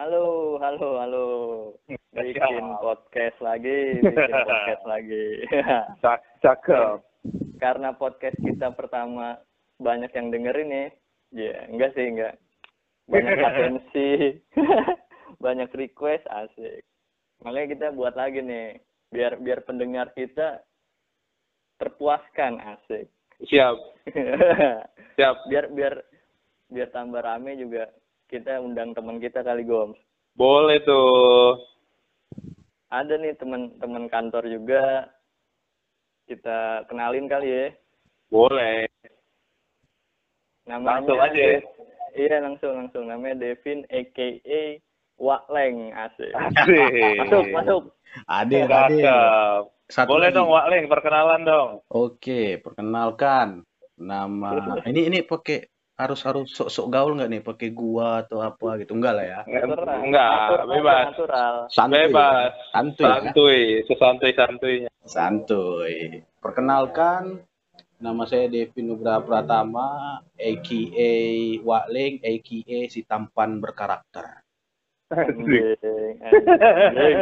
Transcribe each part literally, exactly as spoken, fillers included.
Halo, halo, halo. Bikin podcast lagi, bikin podcast lagi. Cakep. Karena podcast kita pertama banyak yang dengerin nih. Ya, yeah, enggak sih, enggak. Banyak atensi, banyak request, asik. Makanya kita buat lagi nih, biar biar pendengar kita terpuaskan, asik. Siap. Siap. Biar biar biar tambah rame juga. Kita undang teman kita kali, Goms. Boleh tuh. Ada nih teman-teman kantor juga. Kita kenalin kali ya. Boleh. Namanya langsung aja. De- iya, langsung langsung namanya Devin A K A Wakleng, asik. Asik. Masuk, masuk. Adil, adil. Satu Boleh lagi. Dong Wakleng, perkenalan dong. Oke, perkenalkan. Nama ini ini pakai harus harus sok-sok gaul nggak nih, pakai gua atau apa gitu? Enggak lah ya. Natural. Enggak, Natural, bebas. Natural. Santuy. Bebas. Santuy. Santuy, ya? Sesantuy-santuйnya. Santuy. Perkenalkan, nama saya Devin Nugraha Pratama, A K A Wakleng, A K A si tampan berkarakter. Anjing, anjing.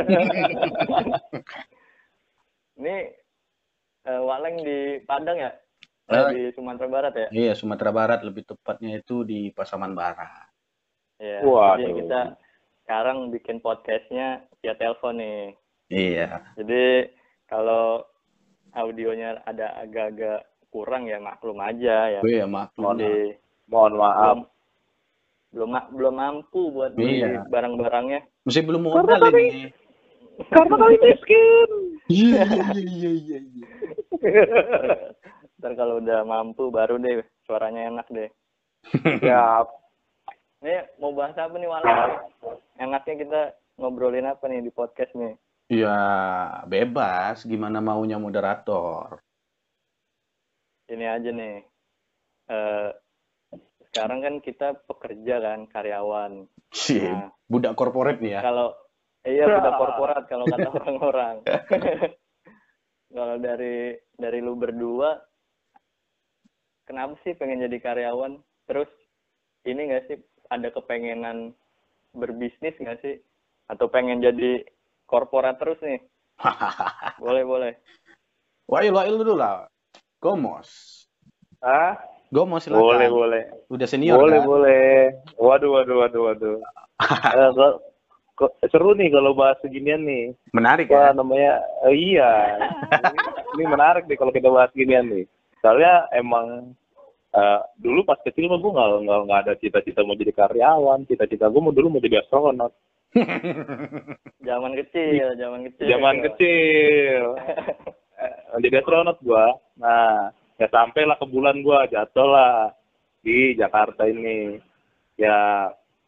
Ini uh, Wakleng di Padang ya? Eh, di Sumatera Barat ya? Iya, Sumatera Barat, lebih tepatnya itu di Pasaman Barat. Iya, Waduh. Jadi kita sekarang bikin podcastnya via telepon nih. Iya. Jadi kalau audionya ada agak-agak kurang ya maklum aja ya. Oh iya, maklum. Jadi, mohon maaf. Belum belum, belum mampu buat beli iya. barang-barangnya. Masih belum modal ini. Karena kami miskin. Iya, iya, iya, iya. Ntar kalau udah mampu baru deh suaranya enak deh. Siap. Ini mau bahas apa nih Walang? Enaknya kita ngobrolin apa nih di podcast nih? Ya bebas, gimana maunya moderator. Ini aja nih. Uh, sekarang kan kita pekerja kan, karyawan. Sih, nah, budak korporat nih ya. Kalau iya budak korporat kalau kata orang-orang. Kalau dari dari lu berdua, kenapa sih pengen jadi karyawan? Terus ini nggak sih ada kepengenan berbisnis nggak sih? Atau pengen jadi korporat terus nih? boleh boleh. Wail wail dulu lah. Gomos. Ah? Gomos silakan. Boleh boleh. Udah senior boleh, kan? Boleh boleh. Waduh waduh waduh waduh. eh, kok, kok seru nih kalau bahas seginian nih. Menarik Wah, ya? namanya oh, iya. ini, ini menarik nih kalau kita bahas ginian nih. Soalnya emang uh, dulu pas kecil mah gue nggak nggak nggak ada cita-cita mau jadi karyawan. Cita-cita gue mau dulu mau jadi astronot. Zaman kecil, zaman kecil. Zaman kecil. Jadi astronot gue. Nah, ya sampailah ke bulan gue jatuh lah di Jakarta ini. Ya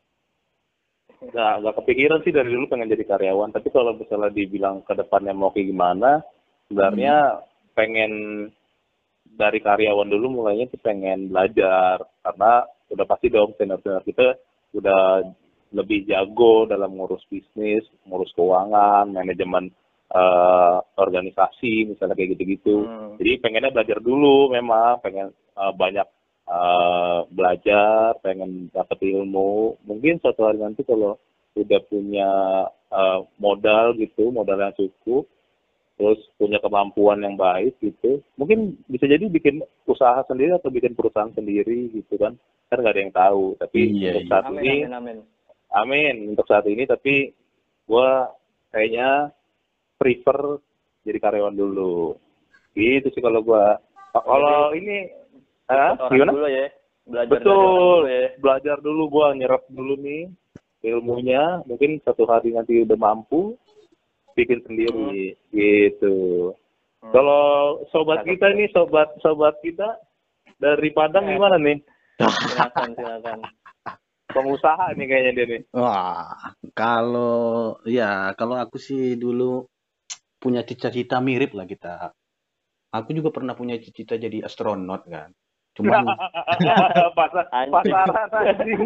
nggak nggak kepikiran sih dari dulu pengen jadi karyawan. Tapi kalau misalnya dibilang ke depannya mau kayak gimana, sebenarnya hmm. pengen dari karyawan dulu mulainya tuh pengen belajar, karena udah pasti dong senior-senior kita udah lebih jago dalam ngurus bisnis, ngurus keuangan, manajemen uh, organisasi misalnya kayak gitu-gitu. Hmm. Jadi pengennya belajar dulu, memang pengen uh, banyak uh, belajar, pengen dapat ilmu. Mungkin suatu hari nanti kalau udah punya uh, modal gitu, modal yang cukup, terus punya kemampuan yang baik gitu, mungkin bisa jadi bikin usaha sendiri atau bikin perusahaan sendiri gitu kan, kan nggak ada yang tahu. Tapi iya, untuk iya. saat amin, ini, amin, amin. amin untuk saat ini. Tapi gue kayaknya prefer jadi karyawan dulu. Gitu sih kalau gue. Kalau ini, ah, gimana? Dulu ya. Belajar Betul, dulu ya. Belajar dulu, gue nyerap dulu nih ilmunya. Mungkin satu hari nanti udah mampu bikin sendiri hmm. gitu. Hmm. Kalau sobat kita nih, sobat sobat kita dari Padang eh. gimana nih? Silakan, silakan. Pengusaha nih kayaknya dia nih. Wah, kalau ya kalau aku sih dulu punya cita-cita mirip lah kita. Aku juga pernah punya cita-cita jadi astronot kan. Cuman pasar pasaran anjing.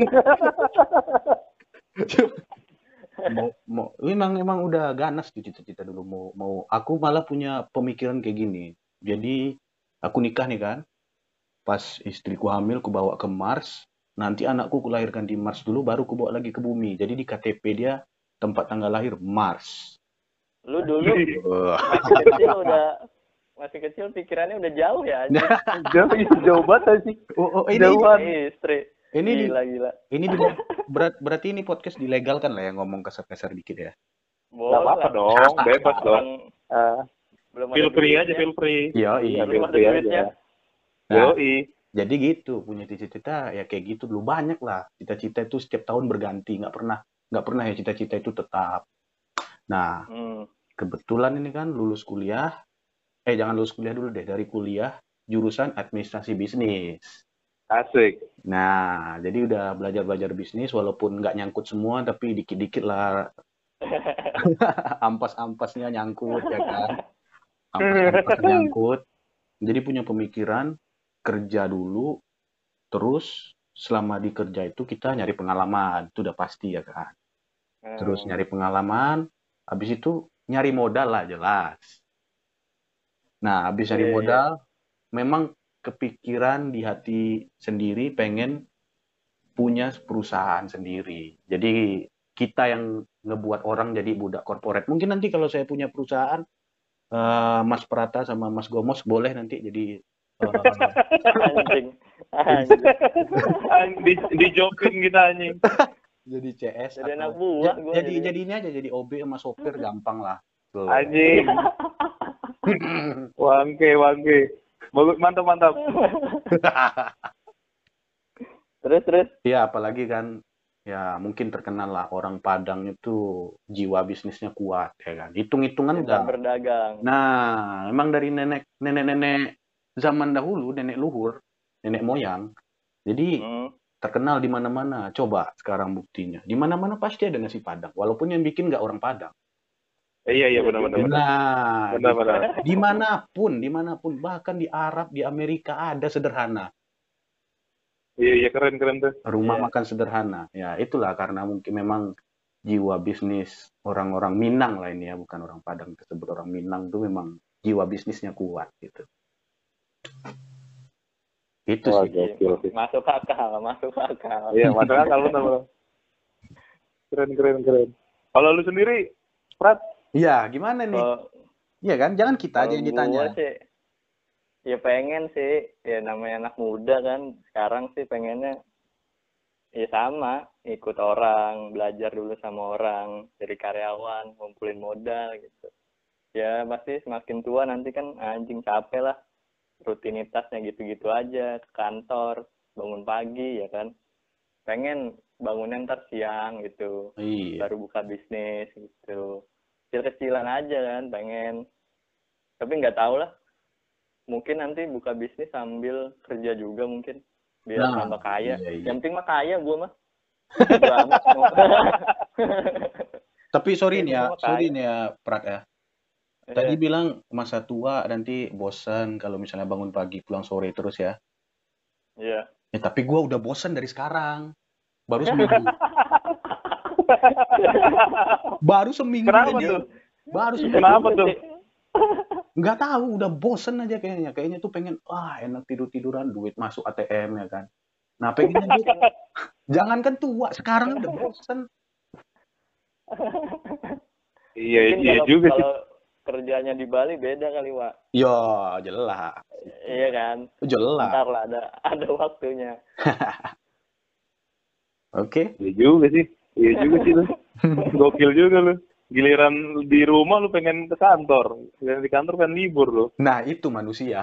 mau, mau memang memang udah ganas tuh cita-cita dulu mau mau aku malah punya pemikiran kayak gini. Jadi aku nikah nih kan, pas istriku hamil aku bawa ke Mars, nanti anakku kulahirkan di Mars dulu, baru kubawa lagi ke bumi. Jadi di K T P dia tempat tanggal lahir Mars. Lu dulu Wah. masih kecil udah masih kecil pikirannya udah jauh ya anjing. Jauh, jauh banget sih. Oh, oh, ini Jauhan. Istri. ini di, Gila gila. ini di, berat, berarti ini podcast dilegalkan lah ya, ngomong kasar-kasar dikit ya. Boleh Gak apa-apa lah. dong, bebas dong. Orang Ah, belum ada feel free aja, duitnya. feel free. Iya, Iya, iya. feel Belum ada free duitnya. aja. Nah, Yoi. jadi gitu, punya cita-cita ya kayak gitu dulu, banyak lah. Cita-cita itu setiap tahun berganti, nggak pernah nggak pernah ya cita-cita itu tetap. Nah, Hmm. kebetulan ini kan lulus kuliah, eh jangan lulus kuliah dulu deh, dari kuliah jurusan administrasi bisnis. Asik. Nah, jadi udah belajar-belajar bisnis, walaupun nggak nyangkut semua, tapi dikit-dikit lah ampas-ampasnya nyangkut ya kan. Ampas-ampasnya nyangkut. Jadi punya pemikiran kerja dulu, terus selama di kerja itu kita nyari pengalaman, itu udah pasti ya kan. Terus Hmm. nyari pengalaman, habis itu nyari modal lah jelas. Nah, habis nyari Iya, iya. modal, memang kepikiran di hati sendiri pengen punya perusahaan sendiri. Jadi kita yang ngebuat orang jadi budak korporat. Mungkin nanti kalau saya punya perusahaan, eh, Mas Prata sama Mas Gomos boleh nanti jadi eh, Anjing. Anjing. di di jobin kita anjing. jadi C S Jadi atau- anak buah Ja- gua jadi jadi. jadi ini aja jadi O B sama sopir gampang lah. Tuh. Anjing. Wangke, wangke. Bagus, mantap, mantap. Terus terus. Ya apalagi kan ya mungkin terkenal lah orang Padang itu jiwa bisnisnya kuat ya kan. Hitung-hitungan Pintar udah. berdagang. Nah, emang dari nenek nenek-nenek zaman dahulu, nenek luhur, nenek moyang. Jadi Hmm. terkenal di mana-mana. Coba sekarang buktinya. Di mana-mana pasti ada nasi Padang, walaupun yang bikin nggak orang Padang. Eh, iya, iya, benar, benar, benar. Nah, Benar, benar. dimanapun, dimanapun, bahkan di Arab, di Amerika ada sederhana. Iya, iya, keren, keren tuh. Rumah Iya. makan sederhana. Ya, itulah karena mungkin memang jiwa bisnis orang-orang Minang lah ini ya, bukan orang Padang tersebut. Orang Minang tuh memang jiwa bisnisnya kuat gitu. Itu Wah, sih. gokil sih. Masuk akal, masuk akal. Iya, masalah kalau benar. Keren, keren, keren. Kalau lu sendiri, Prat, Iya, gimana nih? Kalau Iya kan, jangan kita aja kalau yang gua ditanya. sih, ya pengen sih, ya namanya anak muda kan. Sekarang sih pengennya, ya sama, ikut orang, belajar dulu sama orang, jadi karyawan, ngumpulin modal gitu. Ya pasti semakin tua nanti kan anjing capek lah, rutinitasnya gitu-gitu aja, ke kantor, bangun pagi ya kan. Pengen bangunnya ntar siang gitu, Iya. baru buka bisnis gitu. Kecil-kecilan aja kan pengen. Tapi nggak tahu lah. Mungkin nanti buka bisnis sambil kerja juga mungkin. Biar Nah, tambah kaya. iya, iya. Yang penting mah kaya gua mah. Bodo amat mau. Tapi sorry nih ya, Itu mah sorry kaya. nih ya, Prat ya. Tadi Iya. bilang masa tua nanti bosan kalau misalnya bangun pagi pulang sore terus ya. Iya. Ya tapi gua udah bosan dari sekarang. Baru seminggu. Baru seminggu Kenapa ini. tuh? Baru seminggu. Kenapa tuh? Nggak tahu, udah bosen aja kayaknya. Kayaknya tuh pengen, wah enak tidur-tiduran, duit masuk A T M ya kan. Nah pengennya gitu. Jangankan tua, sekarang udah bosen. Iya, Mungkin iya kalau, juga sih. kalau kerjanya di Bali beda kali, Wak. Ya jelas, Iya kan? jelas. Ntar lah ada ada waktunya. Oke. Iya juga sih. Iya juga sih lu. Gokil juga lu. Giliran di rumah lu pengen ke kantor. Giliran di kantor kan libur lu. Nah itu manusia.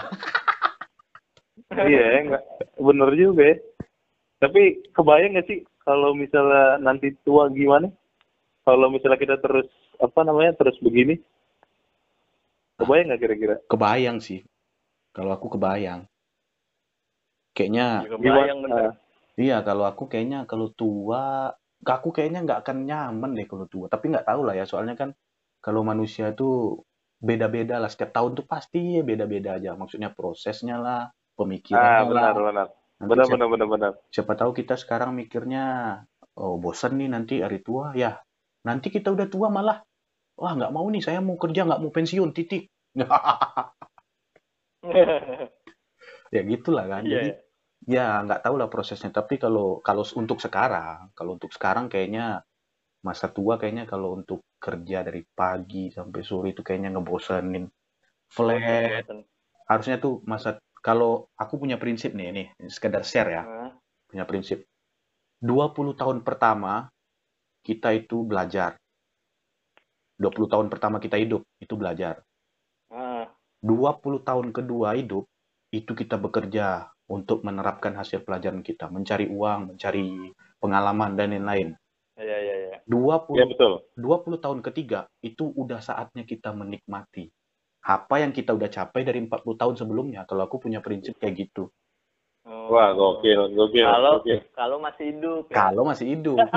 Iya, enggak. Bener juga ya. Tapi kebayang nggak sih kalau misalnya nanti tua gimana? Kalau misalnya kita terus apa namanya terus begini, kebayang nggak kira-kira? Kebayang sih. Kalau aku kebayang. Kayaknya, Ya, kebayang bener. Ah, iya kalau aku kayaknya kalau tua, aku kayaknya nggak akan nyaman deh kalau tua. Tapi nggak tahu lah ya, soalnya kan kalau manusia tuh beda-beda lah. Setiap tahun tuh pasti beda-beda aja. Maksudnya prosesnya lah, ah pemikirannya benar lah. benar. Nanti Benar siapa, benar benar benar. siapa tahu kita sekarang mikirnya, oh bosan nih nanti hari tua. Ya, nanti kita udah tua malah, wah nggak mau nih, saya mau kerja, nggak mau pensiun, titik. Ya gitulah kan. Iya. Jadi iya. Ya, nggak tahu lah prosesnya. Tapi kalau kalau untuk sekarang, kalau untuk sekarang kayaknya masa tua kayaknya kalau untuk kerja dari pagi sampai sore itu kayaknya ngebosenin. Bosen, Flat. bosen. Harusnya tuh masa kalau aku punya prinsip nih, nih sekedar share ya, Nah, punya prinsip. dua puluh tahun pertama kita itu belajar. dua puluh tahun pertama kita hidup itu belajar. ah, dua puluh tahun kedua hidup itu kita bekerja untuk menerapkan hasil pelajaran kita, mencari uang, mencari pengalaman dan lain-lain. iya, iya, iya. dua Iya puluh betul. dua puluh tahun ketiga itu udah saatnya kita menikmati apa yang kita udah capai dari empat puluh tahun sebelumnya. Kalau aku punya prinsip kayak gitu. Oh. Wah, gokil, gokil, Kalau gokil. kalau masih hidup ya. Kalau masih hidup.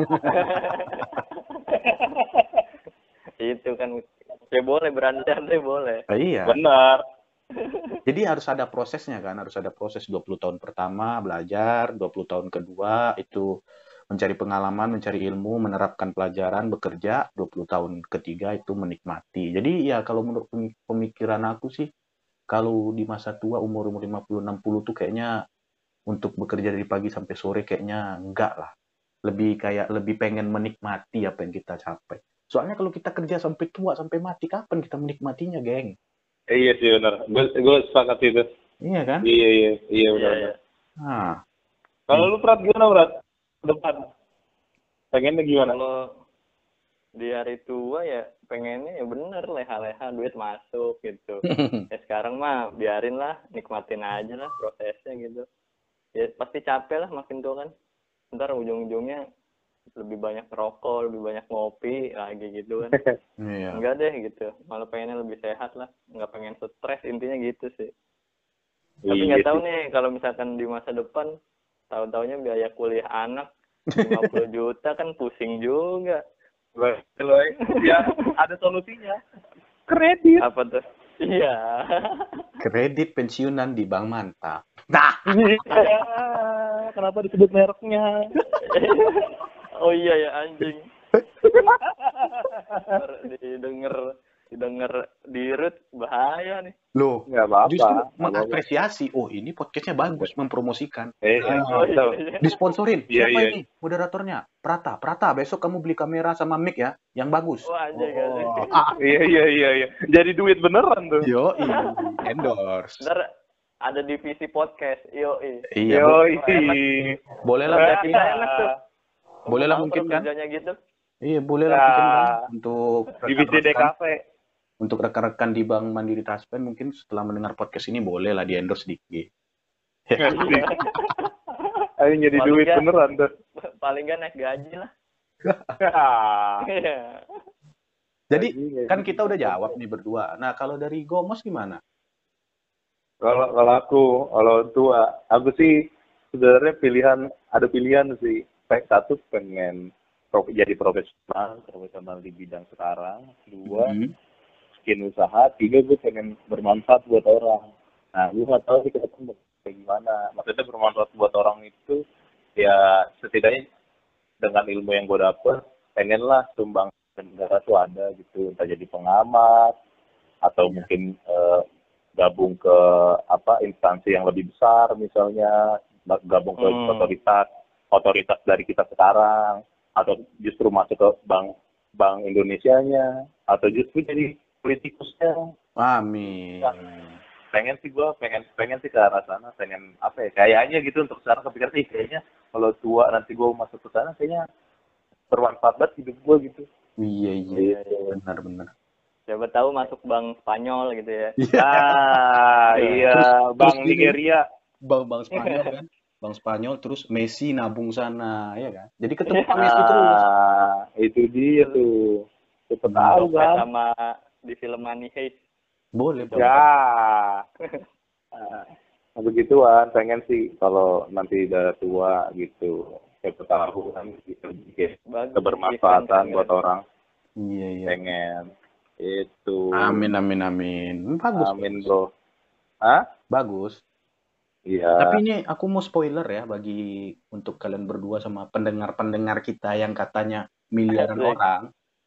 Itu kan ya boleh berandai-andai boleh. Iya. Benar. Jadi harus ada prosesnya kan, harus ada proses dua puluh tahun pertama belajar, dua puluh tahun kedua itu mencari pengalaman, mencari ilmu, menerapkan pelajaran, bekerja, dua puluh tahun ketiga itu menikmati. Jadi ya kalau menurut pemikiran aku sih, kalau di masa tua umur-umur lima puluh enam puluh tuh kayaknya untuk bekerja dari pagi sampai sore kayaknya enggak lah. Lebih kayak lebih pengen menikmati apa yang kita capai. Soalnya kalau kita kerja sampai tua, sampai mati, kapan kita menikmatinya, geng? Iya sih benar. Gue gue sepakat itu. Iya kan? Iya iya iya Iya, benar. iya. Nah, Kalau lu Prat gimana Prat? Depan. Pengennya gimana? Kalau di hari tua ya pengennya ya bener leha-leha duit masuk gitu. Ya sekarang mah biarin lah, nikmatin aja lah prosesnya gitu. Ya pasti capek lah makin tua kan. Ntar ujung-ujungnya lebih banyak rokok, lebih banyak ngopi lagi gitu kan. iya. Enggak deh gitu. Malah pengennya lebih sehat lah. Nggak pengen stres intinya gitu sih. Tapi Iya nggak tahu sih. nih kalau misalkan di masa depan tahu-taunya biaya kuliah anak lima puluh juta kan pusing juga. Betul. Ya ada solusinya. Kredit. Apa tuh? Iya. Kredit pensiunan di Bank Mantap. Nah, Iya. Kenapa disebut mereknya? Oh iya ya anjing. Didengar didengar di root bahaya nih. loh, Nggak apa-apa. justru nggak apa-apa. mengapresiasi. Oh, ini podcastnya bagus, mempromosikan. Eh, Ah, Oh iya. betul. iya. disponsorin. Iya, Siapa iya. ini moderatornya? Prata. Prata, besok kamu beli kamera sama mic ya, yang bagus. Oh anjing anjing. Oh, ah, Iya iya iya iya. Jadi duit beneran tuh. yo, endorse. Ntar ada divisi podcast. Yo Iya, bo- Yoi. boleh lah Ah. mungkin. Kita enak tuh. Boleh lah Mau mungkin kan? kerjanya gitu. Iya, boleh lah Ya. mungkin kan untuk Divisi D K rekan-rekan, V. untuk rekan-rekan di Bank Mandiri Taspen mungkin setelah mendengar podcast ini boleh lah di endorse sedikit. Ayo jadi Paling duit nggak- beneran tuh. Paling nggak naik gaji lah. Iya. Jadi Gaji, kan gaji. kita udah jawab nih berdua. Nah, kalau dari Gomos gimana? Kalau kalau aku, kalau tua, aku sih sebenarnya pilihan ada pilihan sih. Kayak satu pengen pro- jadi profesional, profesional di bidang sekarang. Dua, Hmm. bikin usaha. Tiga, gue pengen bermanfaat buat orang. Nah, gue nggak tahu sih ke depan kayak gimana. Maksudnya bermanfaat buat orang itu, ya setidaknya dengan ilmu yang gue dapet, pengenlah sumbang ke negara tuh ada gitu. Entah jadi pengamat, atau Iya. mungkin eh, gabung ke apa instansi yang lebih besar misalnya, gabung ke Hmm. otoritas otoritas dari kita sekarang, atau justru masuk ke bank bank Indonesianya, atau justru jadi politikusnya. Amin. Pengen sih gue pengen pengen sih ke arah sana, pengen apa ya kayaknya gitu. Untuk sekarang kepikiran sih kayaknya kalau tua nanti gue masuk ke sana kayaknya bermanfaat banget hidup gue gitu. Iya, iya, Iya, iya. benar-benar. Siapa tahu masuk bank Spanyol gitu ya. Ah iya, Terus- Bang terus gini. Nigeria. Bang Bang Spanyol kan? Bang Spanyol terus Messi nabung sana, ya kan? Jadi ketemu Iya. sama Messi terus. Ah, itu dia tuh. Cepet tahu Copet kan. sama di film Money Heist. Boleh, boleh. Ya. Ah, begituan pengen sih kalau nanti udah tua gitu. Siapa tahu kan gitu bikin Bagus. kebermanfaatan Keren, buat keren. orang. Iya, iya. Pengen. Itu. Amin, amin, amin. Bagus. Amin, bagus. bro. Hah? Bagus. Iya. Tapi ini aku mau spoiler ya bagi untuk kalian berdua sama pendengar-pendengar kita yang katanya miliaran Asik. orang.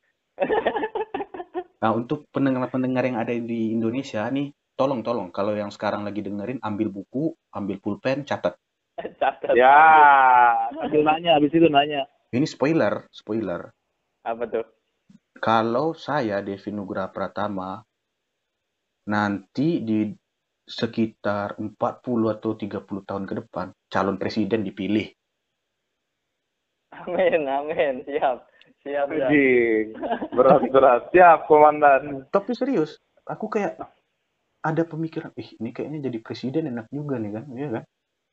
Nah, untuk pendengar-pendengar yang ada di Indonesia nih, tolong tolong kalau yang sekarang lagi dengerin ambil buku, ambil pulpen, catat. Catat. Ya, sambil nanya, habis itu nanya. Ini spoiler, spoiler. Apa tuh? Kalau saya Devi Nugraha Pratama nanti di sekitar empat puluh atau tiga puluh tahun ke depan calon presiden dipilih. Amin, amin. Siap. Siap, siap. Anjing, berat-berat. Siap, komandan. Tapi serius, aku kayak ada pemikiran, ih ini kayaknya jadi presiden enak juga nih kan, iya kan?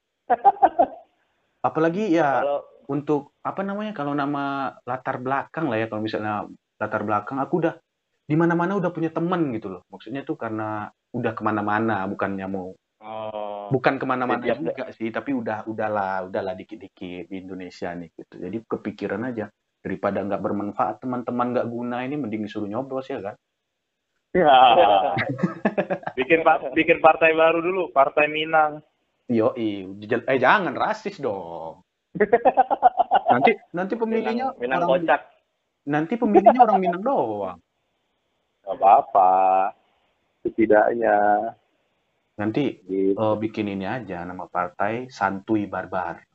Apalagi ya Kalau untuk apa namanya kalau nama latar belakang lah ya, kalau misalnya latar belakang aku udah di mana-mana udah punya temen gitu loh. Maksudnya tuh karena udah kemana-mana, bukannya mau oh, bukan kemana-mana tiap juga sih, tapi udah udahlah udahlah dikit-dikit di Indonesia nih gitu. Jadi kepikiran aja daripada nggak bermanfaat teman-teman nggak guna ini mending disuruh nyoblos ya kan? Ya. bikin pa- bikin partai baru dulu, Partai Minang. Yo, eh jangan rasis dong. Nanti nanti pemilihnya Minang, Minang orang kocak. nanti pemilihnya orang Minang doang. Gak apa-apa. Setidaknya. Nanti Gitu. eh, bikin ini aja nama partai Santuy Barbar.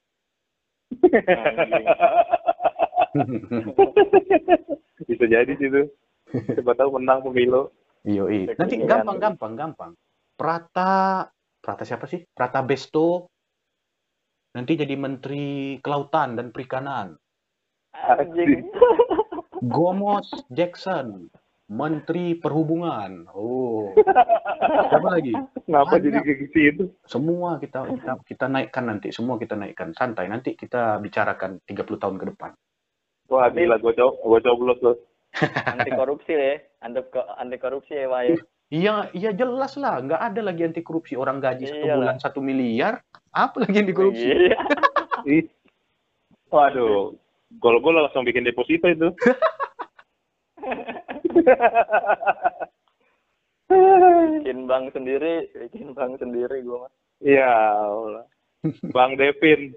Bisa jadi situ. Siapa tahu menang pemilu. Yo, nanti Kekinian. gampang gampang gampang. Prata Prata siapa sih? Prata Besto nanti jadi Menteri Kelautan dan Perikanan. Anjing. Gomos Jackson Menteri Perhubungan. Oh. Siapa lagi? Kenapa Banyak. jadi kayak gitu? Semua kita, kita kita naikkan nanti, semua kita naikkan. Santai, nanti kita bicarakan tiga puluh tahun ke depan. Wah gila, gue co gue coblos loh. Anti korupsi ya. Anti, anti korupsi ya, Pak. Ya? Iya, iya jelas lah. Nggak ada lagi anti korupsi. Orang gaji satu Iyalah. bulan satu miliar. Apa lagi anti korupsi? Iya. Ih. Waduh. Kalau gue langsung bikin deposito itu. Bikin bank sendiri, bikin bank sendiri gue mah. Iya, Allah. Bang Devin.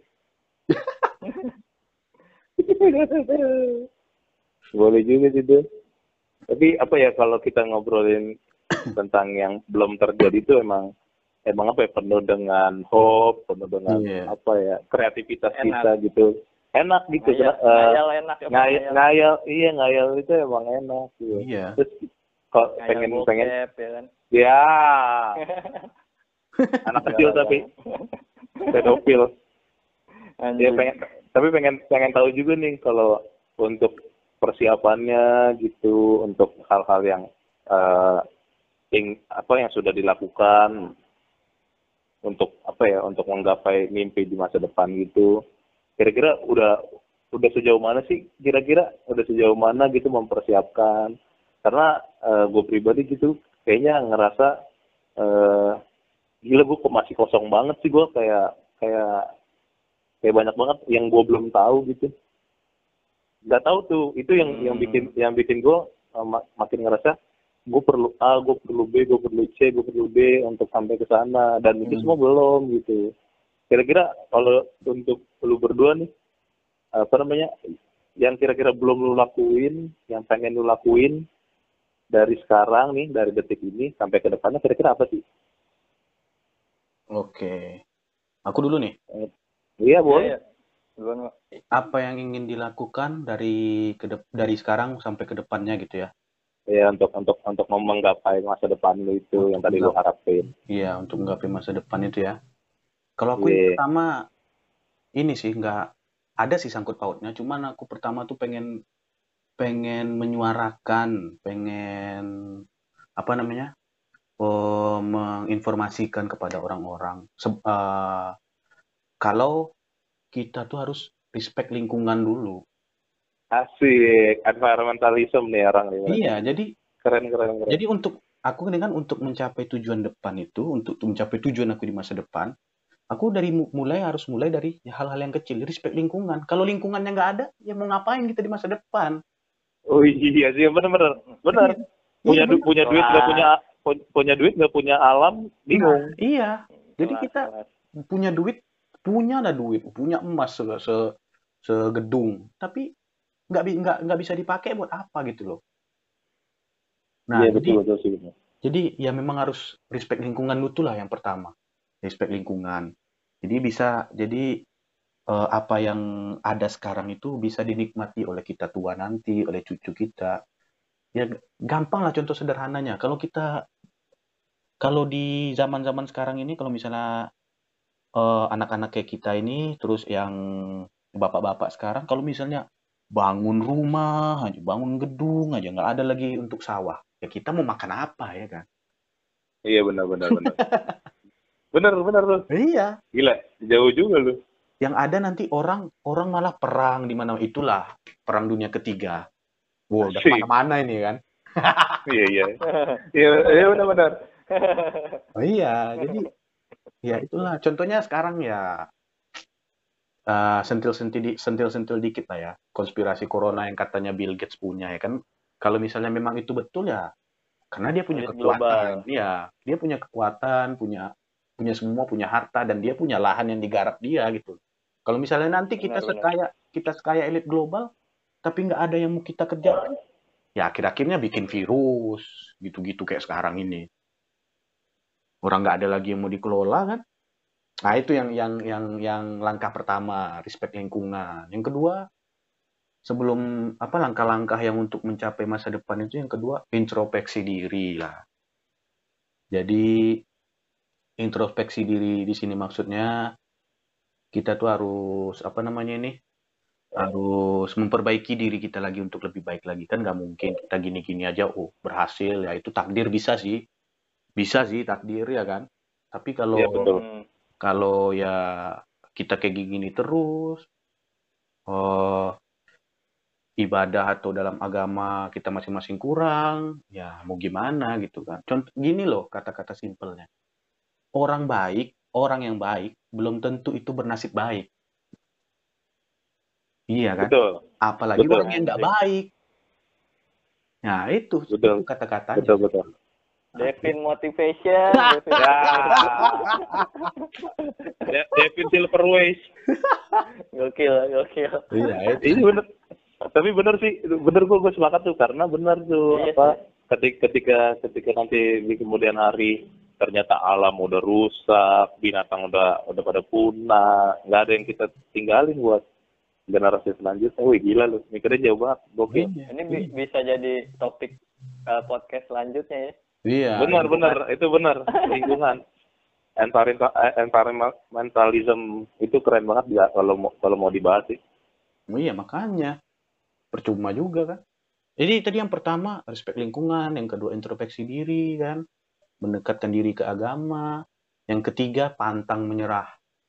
Boleh juga gitu. Tapi apa ya kalau kita ngobrolin tentang yang belum terjadi itu emang emang apa ya, penuh dengan hope, penuh dengan Iya. apa ya, kreativitas Enak. kita gitu. Enak gitu. Ngayal, Kena- eh, ngayal enak ya. Pak, ngayal, ngayal. ngayal, iya ngayal itu emang enak gitu. Iya. Terus kalau Ngayal pengen bokep, pengen ya kan. ya anak kecil Jangan, tapi jangan. pedofil. Ya Anjing. pengen, tapi pengen pengen tahu juga nih kalau untuk persiapannya gitu, untuk hal-hal yang eh, ing, apa yang sudah dilakukan untuk apa ya, untuk menggapai mimpi di masa depan gitu. Kira-kira udah udah sejauh mana sih? Kira-kira udah sejauh mana gitu mempersiapkan? Karena eh, gue pribadi gitu kayaknya ngerasa eh, gila gue kok masih kosong banget sih, gue kayak kayak kayak banyak banget yang gue belum tahu gitu. Nggak tahu tuh, itu yang Hmm. yang bikin yang bikin gue uh, mak- makin ngerasa gue perlu A, gue perlu B, gue perlu C, gue perlu D untuk sampai ke sana, dan itu Hmm. semua belum gitu. Kira-kira kalau untuk lu berdua nih, apa namanya, yang kira-kira belum lu lakuin, yang pengen lu lakuin dari sekarang nih, dari detik ini sampai ke depannya, kira-kira apa sih? Oke. Aku dulu nih. Iya Iya, boleh. iya. Duluan, Pak. Apa yang ingin dilakukan dari kedep dari sekarang sampai ke depannya gitu ya? Ya untuk untuk untuk menggapai masa depan lu itu yang tadi lu harapin. Iya, untuk menggapai masa depan itu ya. Kalau aku yang Iya. pertama ini sih nggak ada sih sangkut pautnya. Cuman aku pertama tuh pengen pengen menyuarakan, pengen apa namanya, eh, menginformasikan kepada orang-orang Se- eh, kalau kita tuh harus respect lingkungan dulu. Asik, environmentalism nih orang ini. Iya, jadi Keren keren keren. jadi untuk aku ini kan untuk mencapai tujuan depan itu, untuk mencapai tujuan aku di masa depan, aku dari mu- mulai harus mulai dari hal-hal yang kecil, respect lingkungan. Kalau lingkungannya nggak ada, ya mau ngapain kita di masa depan? Oh iya sih, benar benar benar. Punya du- punya duit nggak punya pu- punya duit nggak punya alam, bingung. Iya. Jadi Kelas, kita kelas. punya duit, punya ada duit, punya emas se, se segedung, tapi nggak bi- nggak nggak bisa dipakai buat apa gitu loh. Nah, Iya jadi betul betul sih. benar. jadi ya memang harus respect lingkungan dulu lah yang pertama. Respect lingkungan. Jadi bisa, jadi eh, apa yang ada sekarang itu bisa dinikmati oleh kita tua nanti, oleh cucu kita. Ya g- gampang lah contoh sederhananya. Kalau kita, kalau di zaman-zaman sekarang ini, kalau misalnya eh, anak-anak kayak kita ini, terus yang bapak-bapak sekarang, kalau misalnya bangun rumah aja, bangun gedung aja, nggak ada lagi untuk sawah. Ya kita mau makan apa ya kan? Iya benar benar benar. Benar benar tuh. Iya, Gila, jauh juga lu. yang ada nanti orang orang malah perang di mana itulah perang dunia ketiga. Wow, udah Asik. kemana-mana ini kan? Iya iya. Iya iya benar benar. Oh iya, jadi ya itulah. Contohnya sekarang ya eh, sentil-sentil di- sentil-sentil dikit lah ya. Konspirasi corona yang katanya Bill Gates punya ya kan. Kalau misalnya memang itu betul ya, karena dia punya Elit kekuatan. global. Ya, dia punya kekuatan, punya punya semua, punya harta dan dia punya lahan yang digarap dia gitu. Kalau misalnya nanti kita Benar-benar. sekaya kita sekaya elit global, tapi nggak ada yang mau kita kerjakan, ya akhir-akhirnya bikin virus gitu-gitu kayak sekarang ini. Orang nggak ada lagi yang mau dikelola kan. Nah, itu yang yang yang yang langkah pertama, respect lingkungan. Yang kedua, sebelum apa langkah-langkah yang untuk mencapai masa depan itu yang kedua, introspeksi diri lah. Jadi introspeksi diri di sini maksudnya kita tuh harus apa namanya ini? Harus memperbaiki diri kita lagi untuk lebih baik lagi. Kan nggak mungkin kita gini-gini aja oh berhasil ya itu takdir bisa sih. Bisa sih takdir ya kan. Tapi Iya kalau betul. Hmm. kalau ya kita kayak gini terus eh, ibadah atau dalam agama kita masing-masing kurang, ya mau gimana gitu kan. Contoh gini loh kata-kata simpelnya. Orang baik, orang yang baik belum tentu itu bernasib baik. Iya kan? Betul. Apalagi Betul. orang yang nggak Anjing. baik. Nah, itu Betul. itu kata-katanya. Betul betul. Nah, Devin motivation, Devin Ya. motivation. De- Devin Silverways. Gokil, gokil. iya itu. Iya bener. Tapi bener sih, bener gue gue sepakat tuh karena bener tuh Iya apa sih. ketika ketika ketika nanti di kemudian hari ternyata alam udah rusak, binatang udah udah pada punah, nggak ada yang kita tinggalin buat generasi selanjutnya. Wih gila lu, mikirnya jauh banget, gokil. Iya, Ini bi- iya. bisa jadi topik uh, podcast selanjutnya ya. Iya, Benar lingkungan. benar, itu benar lingkungan. Environmental- eh, Environmentalism itu keren banget ya kalau mau kalau mau dibahas sih. Oh, iya, makanya percuma juga kan. Jadi tadi yang pertama respect lingkungan, yang kedua introspeksi diri kan, mendekatkan diri ke agama, yang ketiga pantang menyerah.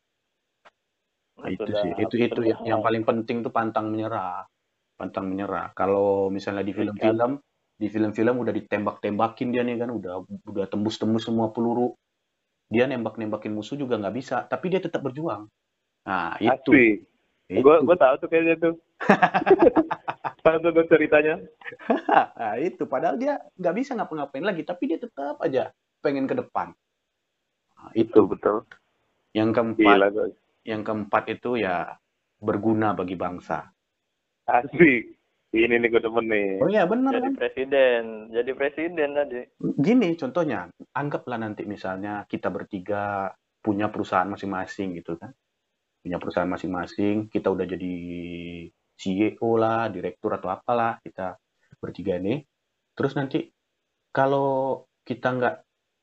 Nah, itu sih, Sudah, itu itu yang, yang sudah. paling penting tuh pantang menyerah, pantang menyerah. Kalau misalnya di Sikat. film-film, di film-film udah ditembak-tembakin dia nih kan, udah udah tembus-tembus semua peluru, dia nembak-nembakin musuh juga nggak bisa, tapi dia tetap berjuang. Nah, itu, Asli. Gue itu, gue tahu tuh kayaknya tuh. Tahu tuh gue ceritanya. nah, itu. Padahal dia nggak bisa ngapa-ngapain lagi, tapi dia tetap aja pengen ke depan. Nah, Betul itu. betul. Yang keempat, Gila guys. yang keempat itu ya berguna bagi bangsa. Asli. Ini nih gue demen nih. Oh iya benar Jadi kan? presiden, jadi presiden tadi. Gini contohnya, anggaplah nanti misalnya kita bertiga punya perusahaan masing-masing gitu kan. Punya perusahaan masing-masing, kita udah jadi C E O lah, direktur atau apalah kita bertiga ini. Terus nanti kalau kita nggak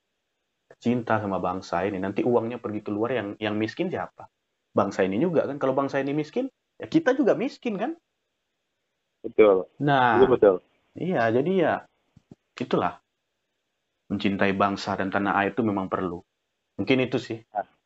cinta sama bangsa ini, nanti uangnya pergi keluar yang yang miskin siapa? Bangsa ini juga kan. Kalau bangsa ini miskin, ya kita juga miskin kan? Betul. Nah, Itu betul. iya jadi ya itulah mencintai bangsa dan tanah air itu memang perlu. Mungkin itu sih.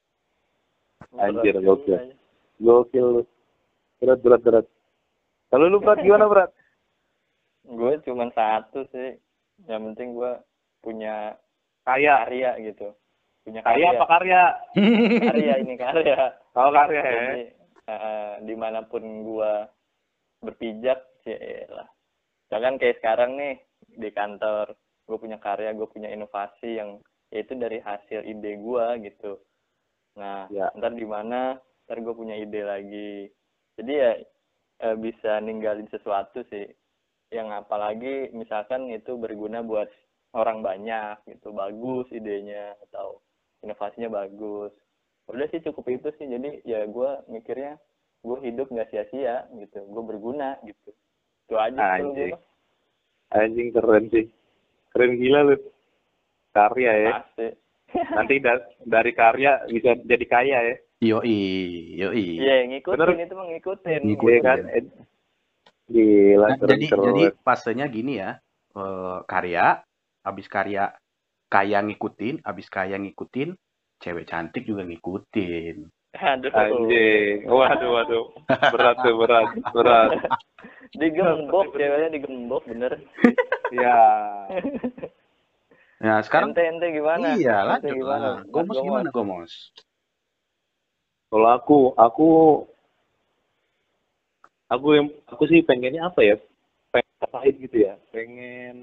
Anjir Berat gokil. juga ya. Gokil. Berat berat berat. Kalau lu berat gimana berat? Gue cuma satu sih. Yang penting gue punya Kaya. karya gitu. Punya Kaya karya. apa karya? Karya ini karya. Kalau karya ya. Jadi uh, dimanapun gue berpijak, ya lah. Misalkan kayak sekarang nih di kantor, gue punya karya, gue punya inovasi yang yaitu dari hasil ide gue gitu. Nah, Ya. ntar di mana, ntar gue punya ide lagi. Jadi ya eh, bisa ninggalin sesuatu sih. Yang apalagi misalkan itu berguna buat orang banyak gitu, bagus idenya atau inovasinya bagus. udah sih cukup itu sih. Jadi ya gue mikirnya gue hidup nggak sia-sia gitu, gue berguna gitu. Itu aja kalau Anjing. gue. Anjing keren sih. Keren gila lu. Karya ya. Pasti. Nanti da- dari karya bisa jadi kaya ya. Yoi, yoi. Iya, ngikutin Bener. itu mah ngikutin. Ngikutin. Iya kan? Eh, Gila, Nah, keren jadi keren. jadi fasenya gini ya, eh, karya, habis karya kaya ngikutin, habis kaya ngikutin, cewek cantik juga ngikutin. Aduh. Anjing. Waduh, waduh. Berat tuh, berat. Berat. Digembok, ceweknya digembok bener. Ya. Nah, sekarang ente ente gimana? iya, Ente lanjut gimana? lah. Mas Gomos Gomos? gimana, Gomos? Kalau aku, aku aku yang aku sih pengennya apa ya? Pengen ngapain gitu ya? Pengen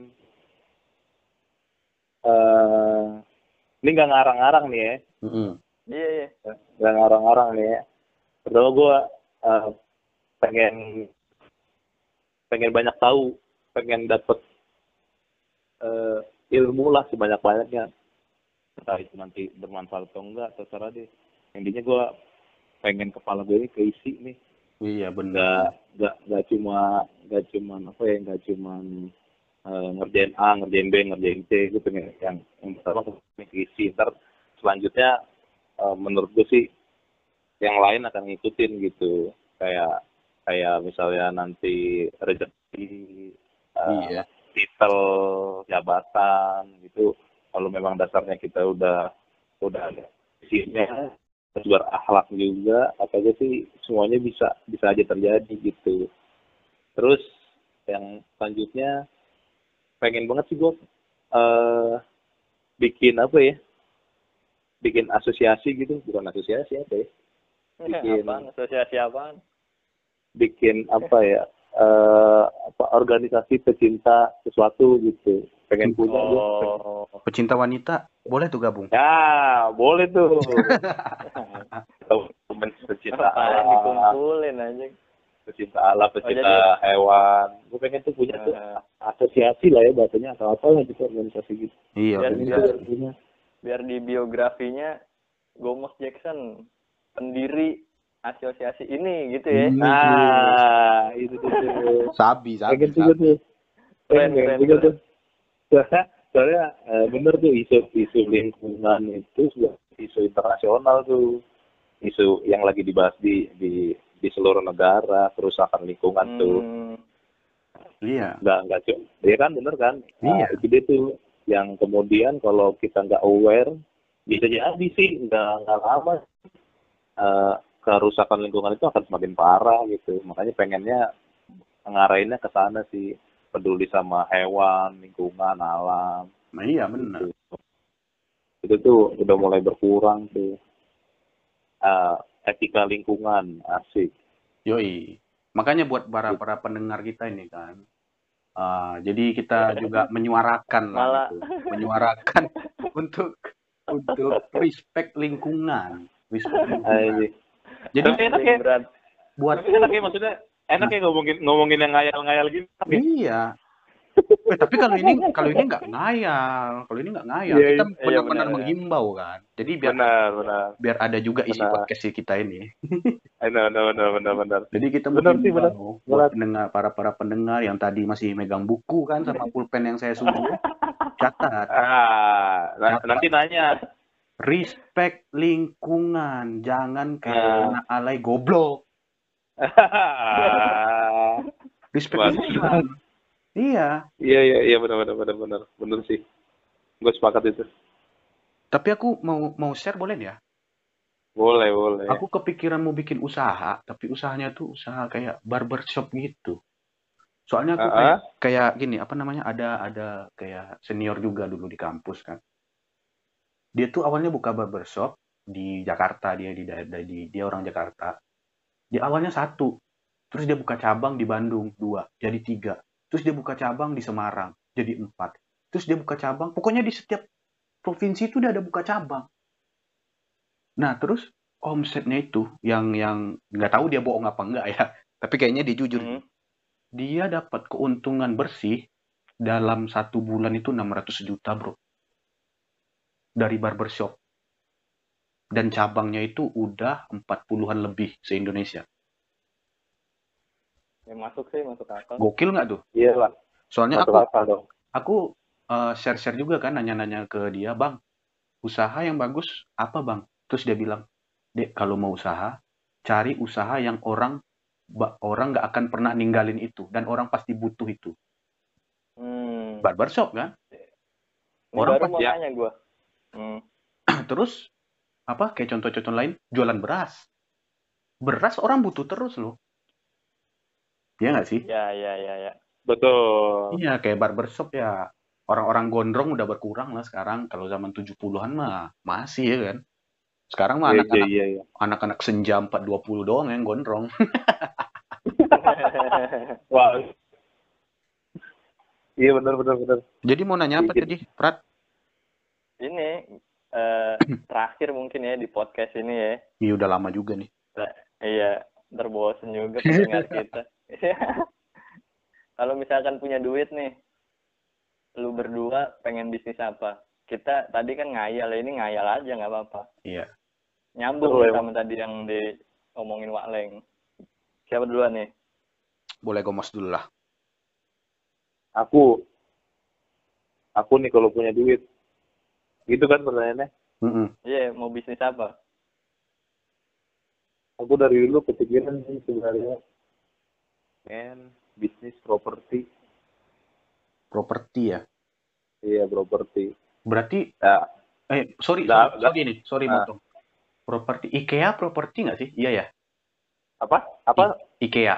eh ini nggak ngarang-ngarang nih ya. Mm-mm. Iya, iya. Nggak ngarang-ngarang nih ya. Pertama gue eh, pengen pengen banyak tahu, pengen dapet eh, ilmu lah sebanyak-banyaknya. Entah itu nanti bermanfaat atau enggak, terserah deh. Intinya gue pengen kepala gue ini keisi nih. Iya Nggak benar. nggak nggak cuma nggak cuma apa ya nggak cuma eh, ngerjain A, ngerjain B, ngerjain C. Gue pengen yang yang pertama pengen keisi. Ntar selanjutnya eh, menurut gue sih yang lain akan ngikutin gitu. Kayak kayak misalnya nanti rezeki, eh, Iya. titel, jabatan gitu. Kalau memang dasarnya kita udah udah ada isinya, terus berakhlak juga, apa aja sih semuanya bisa bisa aja terjadi gitu. Terus yang selanjutnya pengen banget sih gue eh bikin apa ya? Bikin asosiasi gitu, bukan asosiasi apa ya? Bikin Apaan? Asosiasi apaan? bikin apa ya? eh apa organisasi pecinta sesuatu gitu. Pengen punya gue. Oh. Pecinta wanita boleh tuh gabung. Ya, boleh tuh. Temen pecinta Apaan alam, dikumpulin aja. pecinta alam, pecinta jadi- hewan. Gue pengen tuh punya tuh Eh. asosiasi lah ya bahasanya atau apa lah gitu organisasi gitu. Iya. Biar- Pengen benar. tuh punya. Biar di biografinya Gomos Jackson pendiri asosiasi ini gitu ya. Hmm. Nah, itu tuh. tuh. Sabi, sabi, Pengen juga sabi. tuh. Keren, Pengen keren, juga keren. tuh. Soalnya, soalnya eh, bener tuh isu-isu lingkungan itu sudah isu internasional tuh. Isu yang lagi dibahas di di di seluruh negara, kerusakan lingkungan tuh. Hmm. Iya. Nggak nggak cuma, ya kan bener kan? Nah, Iya. itu dia tuh yang kemudian kalau kita nggak aware bisa jadi sih nggak nggak lama eh, kerusakan lingkungan itu akan semakin parah gitu. Makanya pengennya ngarahinnya ke sana sih, peduli sama hewan, lingkungan, alam. Nah, iya benar. Gitu. Itu tuh udah mulai berkurang tuh. Eh, etika lingkungan asik. Yoi. Makanya buat para para pendengar kita ini kan. ah, jadi kita juga menyuarakan lah Malah. gitu. Menyuarakan untuk untuk respect lingkungan. Respect lingkungan. Anjing. Jadi Tapi enak ya. Berat. buat Tapi enak ya maksudnya enak ya ngomongin ngomongin yang ngayal-ngayal gitu. iya. Eh, tapi kalau ini kalau ini nggak ngayal, kalau ini nggak ngayal, Iya, kita iya, benar-benar benar, ya. menghimbau kan. Jadi biar Benar, benar. biar ada juga isi Benar. podcast kita ini. Benar, benar, benar, benar, benar. Jadi kita Benar sih, benar. menghimbau Benar. buat pendengar para para pendengar yang tadi masih megang buku kan sama pulpen yang saya suruh catat. Ah, na- Dapat. nanti nanya. Respect lingkungan, jangan Ah. kayak anak alay goblok. Respect Waduh. lingkungan. Iya. Iya, iya, iya, benar, benar, benar, benar, benar sih. Gue sepakat itu. Tapi aku mau mau share boleh nggak ya? Boleh, boleh. Aku kepikiran mau bikin usaha, tapi usahanya tuh usaha kayak barbershop gitu. Soalnya aku Ah, kayak ah. kayak gini, apa namanya? Ada ada kayak senior juga dulu di kampus kan. Dia tuh awalnya buka barbershop di Jakarta, dia di daerah di dia orang Jakarta. Dia awalnya satu, terus dia buka cabang di Bandung dua, jadi tiga. Terus dia buka cabang di Semarang, jadi empat. Terus dia buka cabang, pokoknya di setiap provinsi itu dia ada buka cabang. Nah, terus omsetnya itu yang yang nggak tahu dia bohong apa enggak ya, tapi kayaknya dia jujur. Hmm. Dia dapat keuntungan bersih dalam satu bulan itu enam ratus juta, bro. Dari barbershop. dan cabangnya itu udah empat puluhan lebih se-Indonesia. Ya masuk sih, masuk akal. Gokil nggak tuh? Iya lah, Soalnya masuk aku akal dong. aku uh, share-share juga kan, nanya-nanya ke dia, Bang, usaha yang bagus apa Bang? Terus dia bilang, Dek, kalau mau usaha, cari usaha yang orang ba- orang nggak akan pernah ninggalin itu dan orang pasti butuh itu. Hmm. Barbershop kan? Ini Orang baru pasti mau ya. nanya gue. Hmm. terus apa kayak contoh-contoh lain, jualan beras. Beras orang butuh terus loh. Iya nggak sih? Ya, ya, ya, ya. Betul. Iya, kayak barbershop ya. Orang-orang gondrong udah berkurang lah sekarang. Kalau zaman tujuh puluhan mah masih ya kan. Sekarang mah Iya, iya, anak-anak iya, iya. anak-anak senja empat dua puluh doang yang gondrong. Wah. Iya, benar, benar, benar. Jadi mau nanya apa Dikit. tadi, Prat? Ini eh, terakhir mungkin ya di podcast ini ya. Iya udah lama juga nih. Iya, terbosan juga pendengar kita. Kalau misalkan punya duit nih, lu berdua pengen bisnis apa? Kita tadi kan ngayal, ini ngayal aja nggak apa-apa. Iya. Nyambung Betul, nih sama tadi yang diomongin Wak Leng. Siapa duluan nih? Boleh gomos dulu lah. Aku, aku nih kalau punya duit, gitu kan pertanyaannya. Mm-mm. Iya, mau bisnis apa? Aku dari dulu kepikiran sih sebenarnya, men, bisnis properti. Properti ya. Iya, properti. Berarti, Nah, eh sorry, Nggak- sorry, sorry nih, sorry Ah. motong. Properti, IKEA properti nggak sih? Iya ya. apa? Apa? I- IKEA.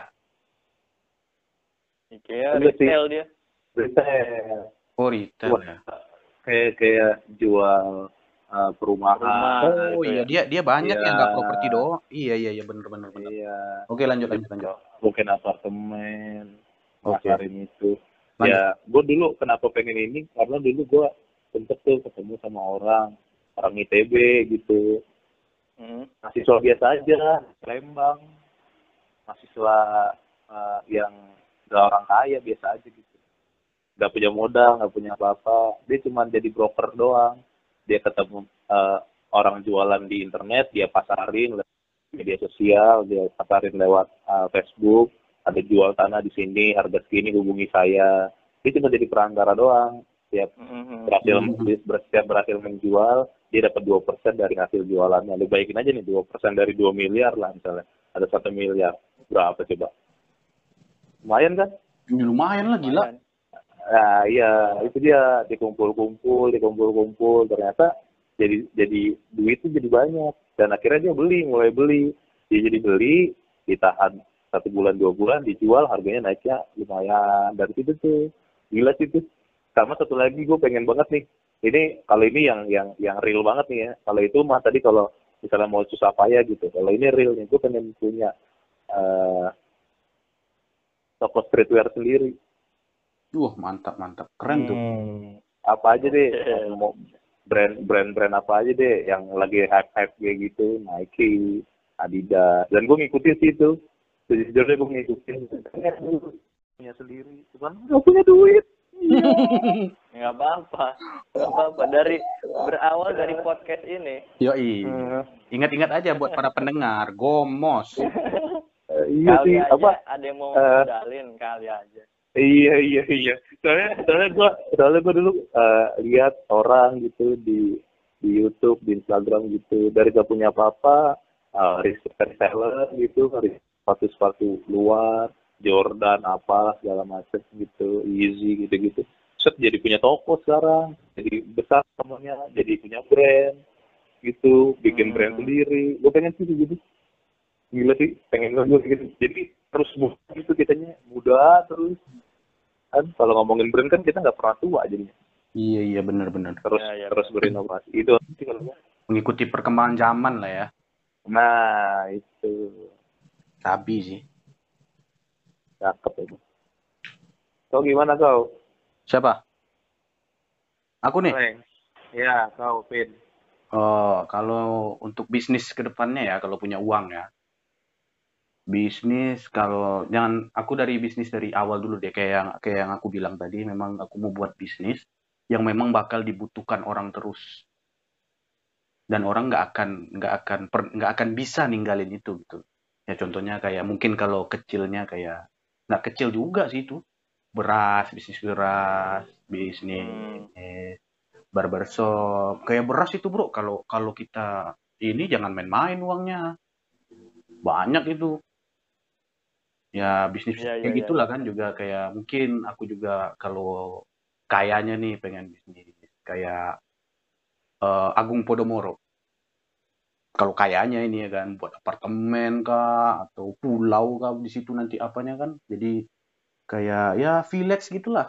IKEA Enggak sih. retail dia. Retail. Oh retail Wah. ya. Kayak kayak jual uh, perumahan. Rumah. Oh gitu iya ya. dia dia banyak Iya. yang nggak properti doang. Iya iya iya bener bener bener. Iya. Oke lanjut lanjut lanjut. Mungkin apartemen, Oke. masarin itu. Lanjut. Ya, gue dulu kenapa pengen ini? Karena dulu gue sempet tuh ketemu sama orang, orang I T B gitu. Hmm. Mahasiswa biasa aja, Lembang. Mahasiswa uh, yang gak orang kaya, biasa aja gitu. Gak punya modal, gak punya apa-apa. Dia cuma jadi broker doang. Dia ketemu uh, orang jualan di internet, dia pasarin lewat media sosial, dia pasarin lewat uh, Facebook. Ada jual tanah di sini, harga segini, hubungi saya. Dia cuma jadi perantara doang. Setiap Hmm. berhasil, Mhm. setiap berhasil menjual, dia dapat dua persen dari hasil jualannya. Lu baikin aja nih, dua persen dari dua miliar lah misalnya. Ada satu miliar. Berapa coba? Lumayan kan? Ya, lumayan lah gila. Lumayan. Nah iya, itu dia. Dikumpul-kumpul, dikumpul-kumpul. Ternyata jadi jadi duit itu jadi banyak. Dan akhirnya dia beli, mulai beli. Dia jadi beli, ditahan satu bulan, dua bulan, dijual, harganya naiknya lumayan. Dari situ tuh, gila sih tuh. Sama satu lagi gue pengen banget nih. Ini, kalau ini yang yang yang real banget nih ya. Kalau itu mah tadi kalau misalnya mau susah payah gitu. Kalau ini real nih, gue pengen punya uh, toko streetwear sendiri. Wah mantap mantap keren tuh. Hmm, apa aja deh, mau brand brand brand apa aja deh yang lagi hype hype kayak gitu, Nike, Adidas, dan gue ngikutin sih itu. Sejujurnya gue ngikutin, punya sendiri, cuman nggak punya duit. Nggak apa-apa. Nggak apa-apa. Dari berawal dari podcast ini. Yoi. Hmm. Ingat-ingat aja buat para pendengar, gomos. Uh, iya Kali sih, aja apa? ada yang mau Eh, modalin, kali aja. Iya iya iya. Soalnya soalnya gua soalnya gua dulu uh, lihat orang gitu di di YouTube, di Instagram gitu, dari gak punya apa-apa, uh, reseller gitu, sepatu-sepatu luar, Jordan apa segala macam gitu, Yeezy gitu-gitu. Set jadi punya toko sekarang, jadi besar semuanya, jadi punya brand gitu, bikin Hmm. brand sendiri. Gue pengen sih gitu. Gila sih, pengen gue gitu. Jadi terus muda gitu kitanya, muda terus. Kan kalau ngomongin brand kan kita nggak pernah tua jadinya. Iya iya benar-benar. Terus Ya, ya, terus berinovasi. Itu sih kalau gue. Mengikuti perkembangan zaman lah ya. Nah, itu Sabi sih. cakep itu. Kau gimana kau? Siapa? Aku nih. Leng. Ya, kau Pin. Oh, kalau untuk bisnis ke depannya ya, kalau punya uang ya. Bisnis kalau jangan aku dari bisnis dari awal dulu deh kayak yang kayak yang aku bilang tadi, memang aku mau buat bisnis yang memang bakal dibutuhkan orang terus. dan orang nggak akan nggak akan per- nggak akan bisa ninggalin itu gitu. Ya contohnya kayak mungkin kalau kecilnya kayak nggak kecil juga sih itu, beras, bisnis beras, bisnis Hmm. barbershop, kayak beras itu bro, kalau kalau kita ini jangan main-main uangnya, banyak itu. Ya bisnis Iya, iya, kayak iya, gitulah iya. kan, juga kayak mungkin aku juga kalau kayaknya nih pengen bisnis kayak eh, Agung Podomoro. Kalau kayaknya ini ya kan buat apartemen kah atau pulau kah di situ nanti apanya kan. Jadi kayak ya village gitulah.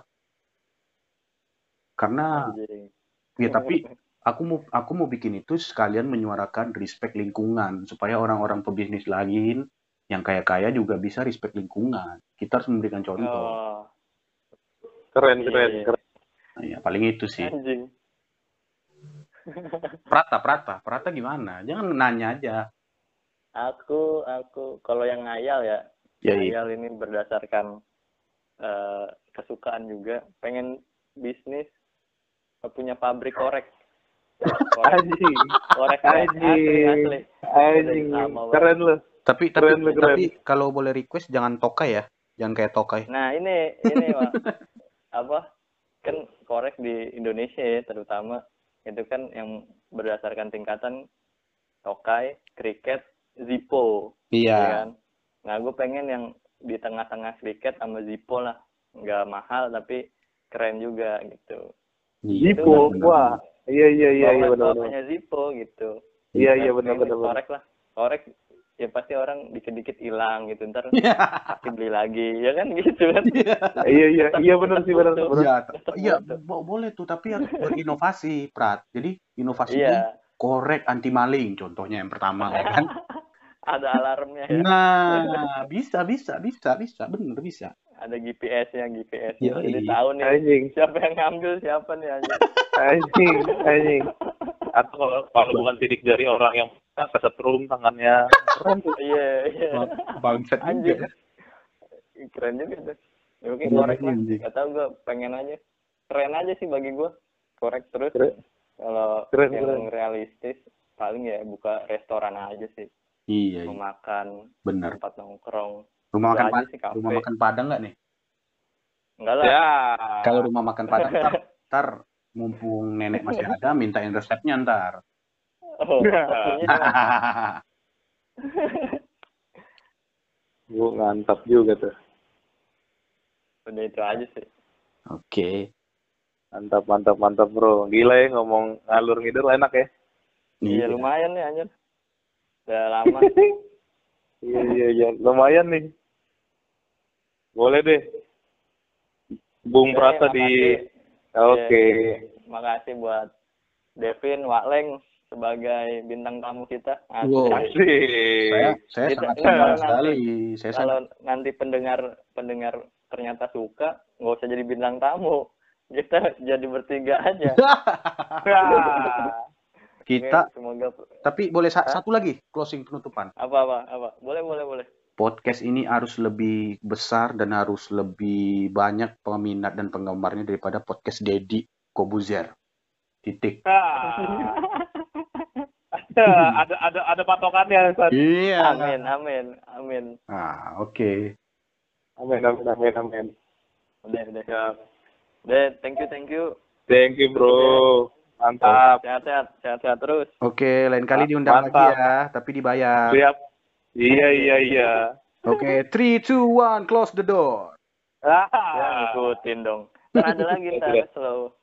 Karena Anjing. ya tapi aku mau aku mau bikin itu sekalian menyuarakan respect lingkungan supaya orang-orang pebisnis lain yang kaya-kaya juga bisa respect lingkungan. Kita harus memberikan contoh. Oh, Keren, iya, keren, iya. keren. Nah, ya paling itu sih. Anjing. Prata, Prata, Prata gimana? Jangan nanya aja. Aku, aku kalau yang ngayal ya, Ya, iya. ngayal ini berdasarkan eh, kesukaan juga. Pengen bisnis eh, punya pabrik korek. Korek, Anjing, korek asli, anjing, asli. anjing. Udah lama banget. Keren lu. Tapi tapi Keren lu, keren. tapi kalau boleh request jangan tokai ya. Jangan kayak tokai. Nah ini, ini Pak, apa? Kan korek di Indonesia ya, terutama itu kan yang berdasarkan tingkatan Tokai, Cricket, Zippo, Iya. ya kan? Nah, gue pengen yang di tengah-tengah Cricket sama Zippo lah, nggak mahal tapi keren juga gitu. Zippo, Itu kan wah, iya iya iya iya bawa benar-benar. bawanya Zippo gitu. Iya Kan iya benar pengen benar. korek lah, korek ya pasti orang dikit-dikit hilang gitu, ntar pasti beli lagi, ya kan gitu kan? Iya iya iya benar sih benar benar. Iya, Tetap iya butuh. bo- boleh tuh tapi harus berinovasi, Prat. Jadi inovasinya Iya, korek anti maling contohnya yang pertama ya kan. ada alarmnya ya. Nah, bisa bisa bisa bisa bener bisa. Ada G P S-nya, G P S-nya. Yoi. Jadi tahu nih Anjing, siapa yang ngambil siapa nih anjing. anjing, anjing. Atau kalau, kalau bukan sidik jari orang yang kesetrum tangannya. Keren tuh. Iya, iya. Bang- Bangsat Anjing. juga. Keren juga tuh. Ya, oke, Keren korek lah. anjing. Gak tau gue pengen aja. Keren aja sih bagi gue. Korek terus. Keren. Kalau Keren, yang keren. realistis paling ya buka restoran aja sih. Iya, iya. Memakan, Bener. tempat nongkrong. Rumah Itu makan aja Padang, sih kafe. rumah makan Padang nggak nih? Enggak lah. Ya. Kalau rumah makan Padang ntar, ntar mumpung nenek masih ada, mintain resepnya ntar. Oh, punya di mana? Gue ngantap juga tuh. Udah itu aja sih. Oke. Mantap mantap mantap bro. Gila ya ngomong ngalur ngidul enak ya. Iya lumayan nih anjir. Udah lama. Iya iya iya lumayan nih. Boleh deh. Bung Oke, Prata di makasih. Oke. Iya, makasih buat Devin Wakleng sebagai bintang tamu kita. Asik. Wow. Asik. Saya saya Kita- sangat ini kalau senang nanti- sekali. Saya Kalau sangat nanti pendengar pendengar ternyata suka, nggak usah jadi bintang tamu. Kita jadi bertiga aja. kita Oke, semoga tapi boleh sa- Hah? satu lagi closing penutupan. apa apa apa. Boleh boleh boleh. Podcast ini harus lebih besar dan harus lebih banyak peminat dan penggemarnya daripada podcast Deddy Kobuzer. Titik. ada ada ada ada patokannya Ustaz. Iya. Amin amin amin. Ah, oke. Amin amin amin amin. Udah udah. Ya. Udah, thank you thank you. Thank you bro. Mantap. Sehat-sehat, sehat-sehat terus. Oke, lain kali diundang Mantap. lagi ya, tapi dibayar. Siap. Iya iya iya. Oke, three, two, one, close the door. Ah. Ya, ngikutin dong. Kan ada lagi ntar slow.